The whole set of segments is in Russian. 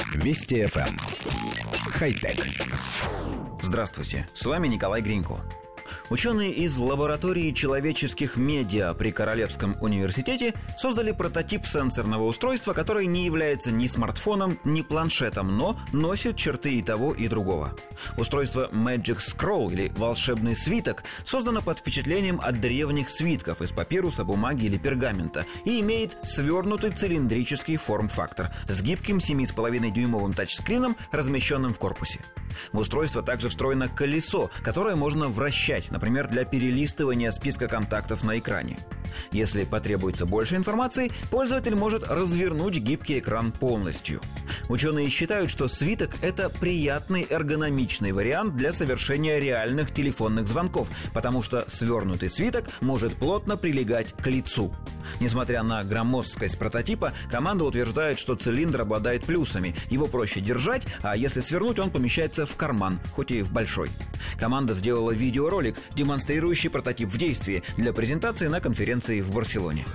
Вести ФМ. Хай-тек. Здравствуйте, с вами Николай Гринько. Ученые из лаборатории человеческих медиа при Королевском университете создали прототип сенсорного устройства, которое не является ни смартфоном, ни планшетом, но носит черты и того, и другого. Устройство Magic Scroll, или волшебный свиток, создано под впечатлением от древних свитков из папируса, бумаги или пергамента и имеет свернутый цилиндрический форм-фактор с гибким 7,5-дюймовым тачскрином, размещенным в корпусе. В устройство также встроено колесо, которое можно вращать, например, для перелистывания списка контактов на экране. Если потребуется больше информации, пользователь может развернуть гибкий экран полностью. Ученые считают, что свиток – это приятный эргономичный вариант для совершения реальных телефонных звонков, потому что свернутый свиток может плотно прилегать к лицу. Несмотря на громоздкость прототипа, команда утверждает, что цилиндр обладает плюсами. Его проще держать, а если свернуть, он помещается в карман, хоть и в большой. Команда сделала видеоролик, демонстрирующий прототип в действии, для презентации на конференции в Барселоне.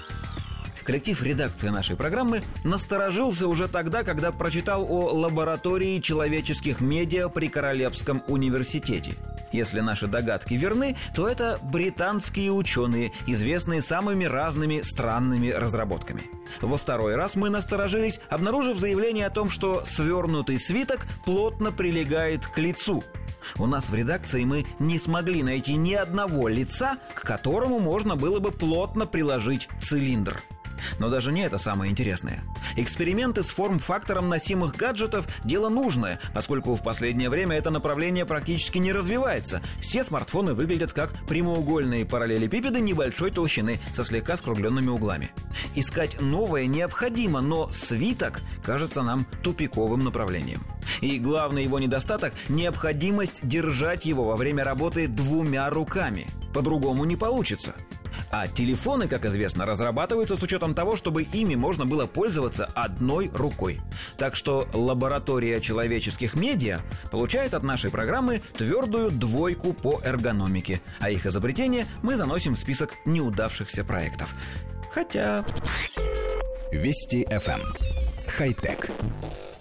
Коллектив редакции нашей программы насторожился уже тогда, когда прочитал о лаборатории человеческих медиа при Королевском университете. Если наши догадки верны, то это британские ученые, известные самыми разными странными разработками. Во второй раз мы насторожились, обнаружив заявление о том, что свернутый свиток плотно прилегает к лицу. У нас в редакции мы не смогли найти ни одного лица, к которому можно было бы плотно приложить цилиндр. Но даже не это самое интересное. Эксперименты с форм-фактором носимых гаджетов – дело нужное, поскольку в последнее время это направление практически не развивается. Все смартфоны выглядят как прямоугольные параллелепипеды небольшой толщины со слегка скругленными углами. Искать новое необходимо, но свиток кажется нам тупиковым направлением. И главный его недостаток – необходимость держать его во время работы двумя руками. По-другому не получится. А телефоны, как известно, разрабатываются с учетом того, чтобы ими можно было пользоваться одной рукой. Так что лаборатория человеческих медиа получает от нашей программы твердую 2 по эргономике, а их изобретение мы заносим в список неудавшихся проектов. Хотя... Вести ФМ. Хай-тек.